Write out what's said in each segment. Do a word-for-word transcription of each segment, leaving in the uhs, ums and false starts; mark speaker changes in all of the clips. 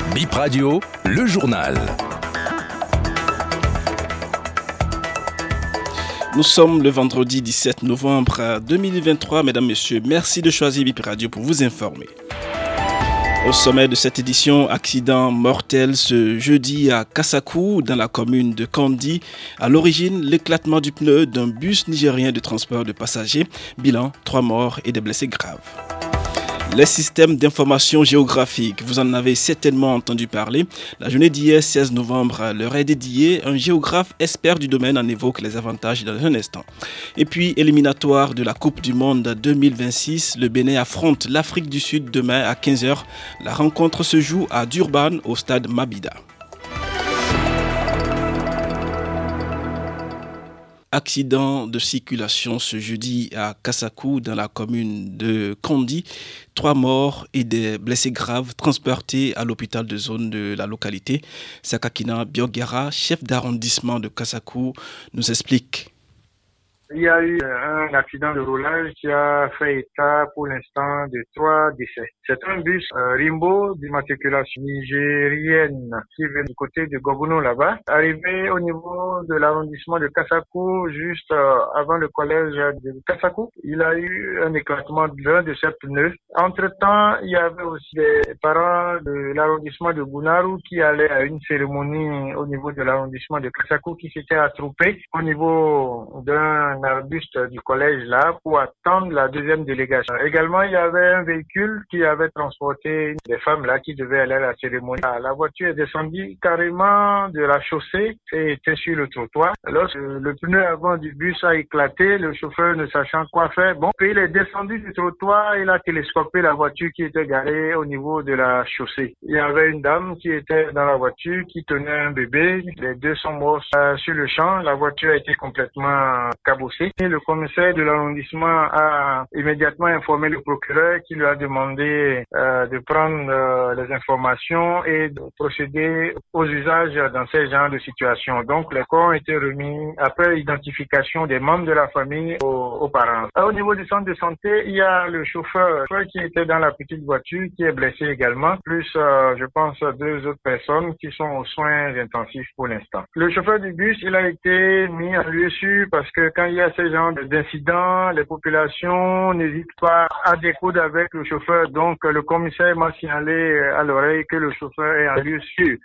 Speaker 1: Bip Radio, le journal.
Speaker 2: Nous sommes le vendredi dix-sept novembre deux mille vingt-trois. Mesdames, Messieurs, merci de choisir Bip Radio pour vous informer. Au sommet de cette édition, accident mortel ce jeudi à Kassakou, dans la commune de Kandi. À l'origine, l'éclatement du pneu d'un bus nigérien de transport de passagers. Bilan, trois morts et des blessés graves. Les systèmes d'information géographique, vous en avez certainement entendu parler. La journée d'hier, seize novembre, leur est dédiée. Un géographe expert du domaine en évoque les avantages dans un instant. Et puis, éliminatoire de la Coupe du Monde deux mille vingt-six, le Bénin affronte l'Afrique du Sud demain à quinze heures. La rencontre se joue à Durban, au stade Mabida. Accident de circulation ce jeudi à Kassakou dans la commune de Kandi. Trois morts et des blessés graves transportés à l'hôpital de zone de la localité. Sakakina Biogara, chef d'arrondissement de Kassakou, nous explique.
Speaker 3: Il y a eu un accident de roulage qui a fait état pour l'instant de trois décès. C'est un bus euh, Rimbo d'immatriculation nigérienne qui vient du côté de Goguno là-bas. Arrivé au niveau de l'arrondissement de Kassakou, juste euh, avant le collège de Kassakou, il a eu un éclatement d'un de ses pneus. Entre-temps, il y avait aussi des parents de l'arrondissement de Gunaru qui allaient à une cérémonie au niveau de l'arrondissement de Kassakou qui s'étaient attroupés au niveau d'un un arbuste du collège là pour attendre la deuxième délégation. Également, il y avait un véhicule qui avait transporté des femmes là qui devaient aller à la cérémonie. La voiture est descendue carrément de la chaussée et était sur le trottoir. Lorsque le pneu avant du bus a éclaté, le chauffeur ne sachant quoi faire, bon, puis il est descendu du trottoir, il a télescopé la voiture qui était garée au niveau de la chaussée. Il y avait une dame qui était dans la voiture qui tenait un bébé. Les deux sont morts euh, sur le champ. La voiture a été complètement cabossée. Et le commissaire de l'arrondissement a immédiatement informé le procureur qui lui a demandé euh, de prendre euh, les informations et de procéder aux usages dans ces genres de situations. Donc les corps ont été remis après identification des membres de la famille aux, aux parents. Au niveau du centre de santé, il y a le chauffeur qui était dans la petite voiture qui est blessé également, plus euh, je pense deux autres personnes qui sont aux soins intensifs pour l'instant. Le chauffeur du bus, il a été mis en lieu sûr parce que quand il y a ce genre d'incidents, les populations n'hésitent pas à découdre avec le chauffeur. Donc, le commissaire m'a signalé à l'oreille que le chauffeur est en lieu sûr.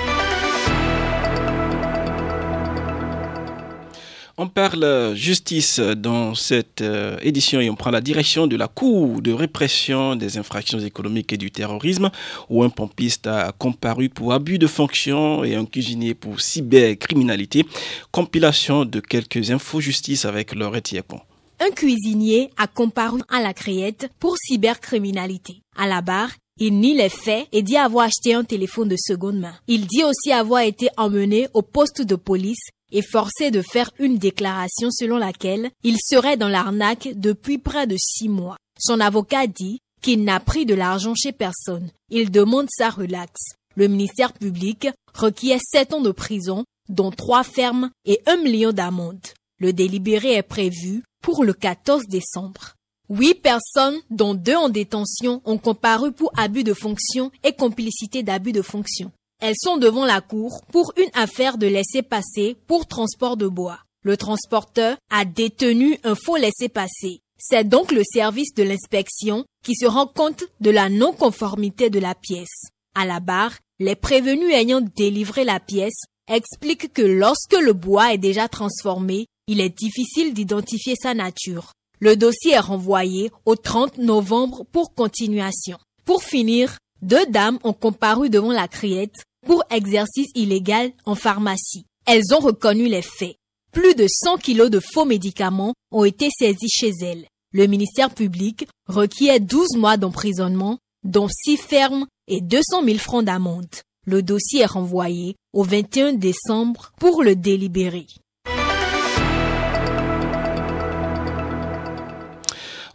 Speaker 2: On parle justice dans cette euh, édition et on prend la direction de la Cour de répression des infractions économiques et du terrorisme où un pompiste a comparu pour abus de fonction et un cuisinier pour cybercriminalité. Compilation de quelques infos justice avec Laurette Yepon.
Speaker 4: Un cuisinier a comparu à la Créette pour cybercriminalité. À la barre, il nie les faits et dit avoir acheté un téléphone de seconde main. Il dit aussi avoir été emmené au poste de police et forcé de faire une déclaration selon laquelle il serait dans l'arnaque depuis près de six mois. Son avocat dit qu'il n'a pris de l'argent chez personne. Il demande sa relaxe. Le ministère public requiert sept ans de prison, dont trois fermes et un million d'amende. Le délibéré est prévu pour le quatorze décembre. Huit personnes, dont deux en détention, ont comparu pour abus de fonction et complicité d'abus de fonction. Elles sont devant la cour pour une affaire de laissez-passer pour transport de bois. Le transporteur a détenu un faux laissez-passer. C'est donc le service de l'inspection qui se rend compte de la non-conformité de la pièce. À la barre, les prévenus ayant délivré la pièce expliquent que lorsque le bois est déjà transformé, il est difficile d'identifier sa nature. Le dossier est renvoyé au trente novembre pour continuation. Pour finir, deux dames ont comparu devant la Créette pour exercice illégal en pharmacie. Elles ont reconnu les faits. Plus de cent kilos de faux médicaments ont été saisis chez elles. Le ministère public requiert douze mois d'emprisonnement, dont six fermes et deux cent mille francs d'amende. Le dossier est renvoyé au vingt et un décembre pour le délibéré.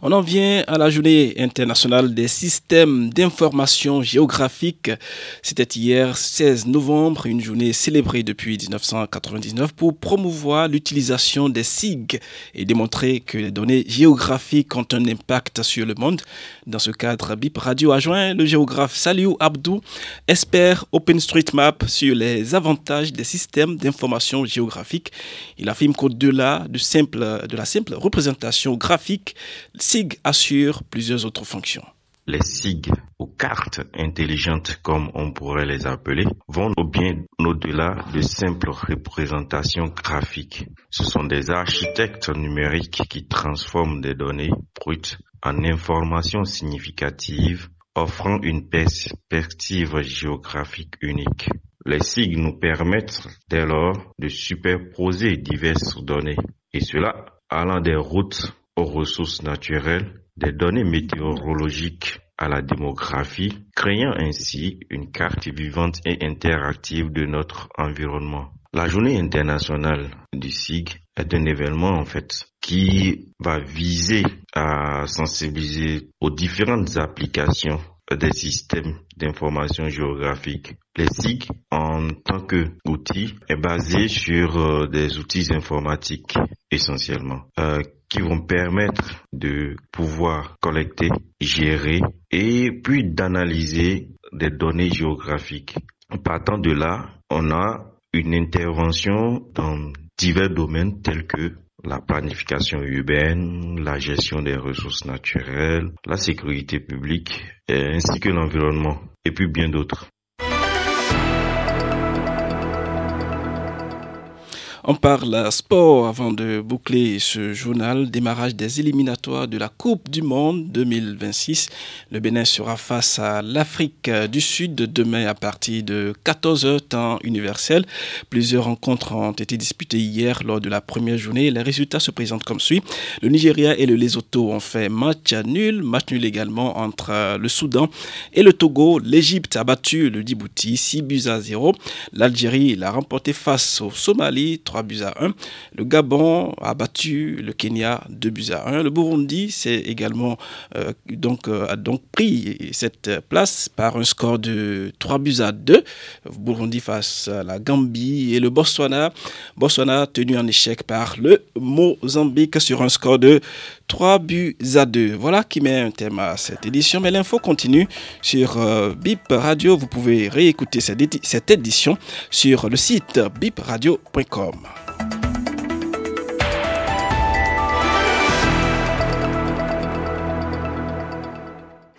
Speaker 2: On en vient à la journée internationale des systèmes d'information géographique. C'était hier seize novembre, une journée célébrée depuis dix-neuf cent quatre-vingt-dix-neuf pour promouvoir l'utilisation des S I G et démontrer que les données géographiques ont un impact sur le monde. Dans ce cadre, B I P Radio a joint le géographe Saliou Abdou, expert OpenStreetMap sur les avantages des systèmes d'information géographique. Il affirme qu'au-delà de, simple, de la simple représentation graphique, S I G assure plusieurs autres fonctions.
Speaker 5: Les S I G, ou cartes intelligentes comme on pourrait les appeler, vont bien au-delà de simples représentations graphiques. Ce sont des architectes numériques qui transforment des données brutes en informations significatives, offrant une perspective géographique unique. Les S I G nous permettent dès lors de superposer diverses données, et cela allant des routes aux ressources naturelles, des données météorologiques à la démographie, créant ainsi une carte vivante et interactive de notre environnement. La journée internationale du S I G est un événement en fait qui va viser à sensibiliser aux différentes applications des systèmes d'information géographique. Les S I G, en tant qu'outil, est basé sur euh, des outils informatiques essentiellement, euh, qui vont permettre de pouvoir collecter, gérer et puis d'analyser des données géographiques. Partant de là, on a une intervention dans divers domaines tels que la planification urbaine, la gestion des ressources naturelles, la sécurité publique, ainsi que l'environnement, et puis bien d'autres.
Speaker 2: On parle sport avant de boucler ce journal. Démarrage des éliminatoires de la Coupe du Monde deux mille vingt-six. Le Bénin sera face à l'Afrique du Sud demain à partir de quatorze heures temps universel. Plusieurs rencontres ont été disputées hier lors de la première journée. Les résultats se présentent comme suit. Le Nigeria et le Lesotho ont fait match nul. Match nul également entre le Soudan et le Togo. L'Égypte a battu le Djibouti six buts à zéro. L'Algérie l'a remporté face au Somalie trois buts à un. Le Gabon a battu le Kenya deux buts à un. Le Burundi s'est également euh, donc, euh, a donc pris cette place par un score de trois buts à deux. Le Burundi face à la Gambie et le Botswana. Botswana tenu en échec par le Mozambique sur un score de trois buts à deux. Voilà qui met un thème à cette édition. Mais l'info continue sur euh, B I P Radio. Vous pouvez réécouter cette, édi- cette édition sur le site bip radio point com.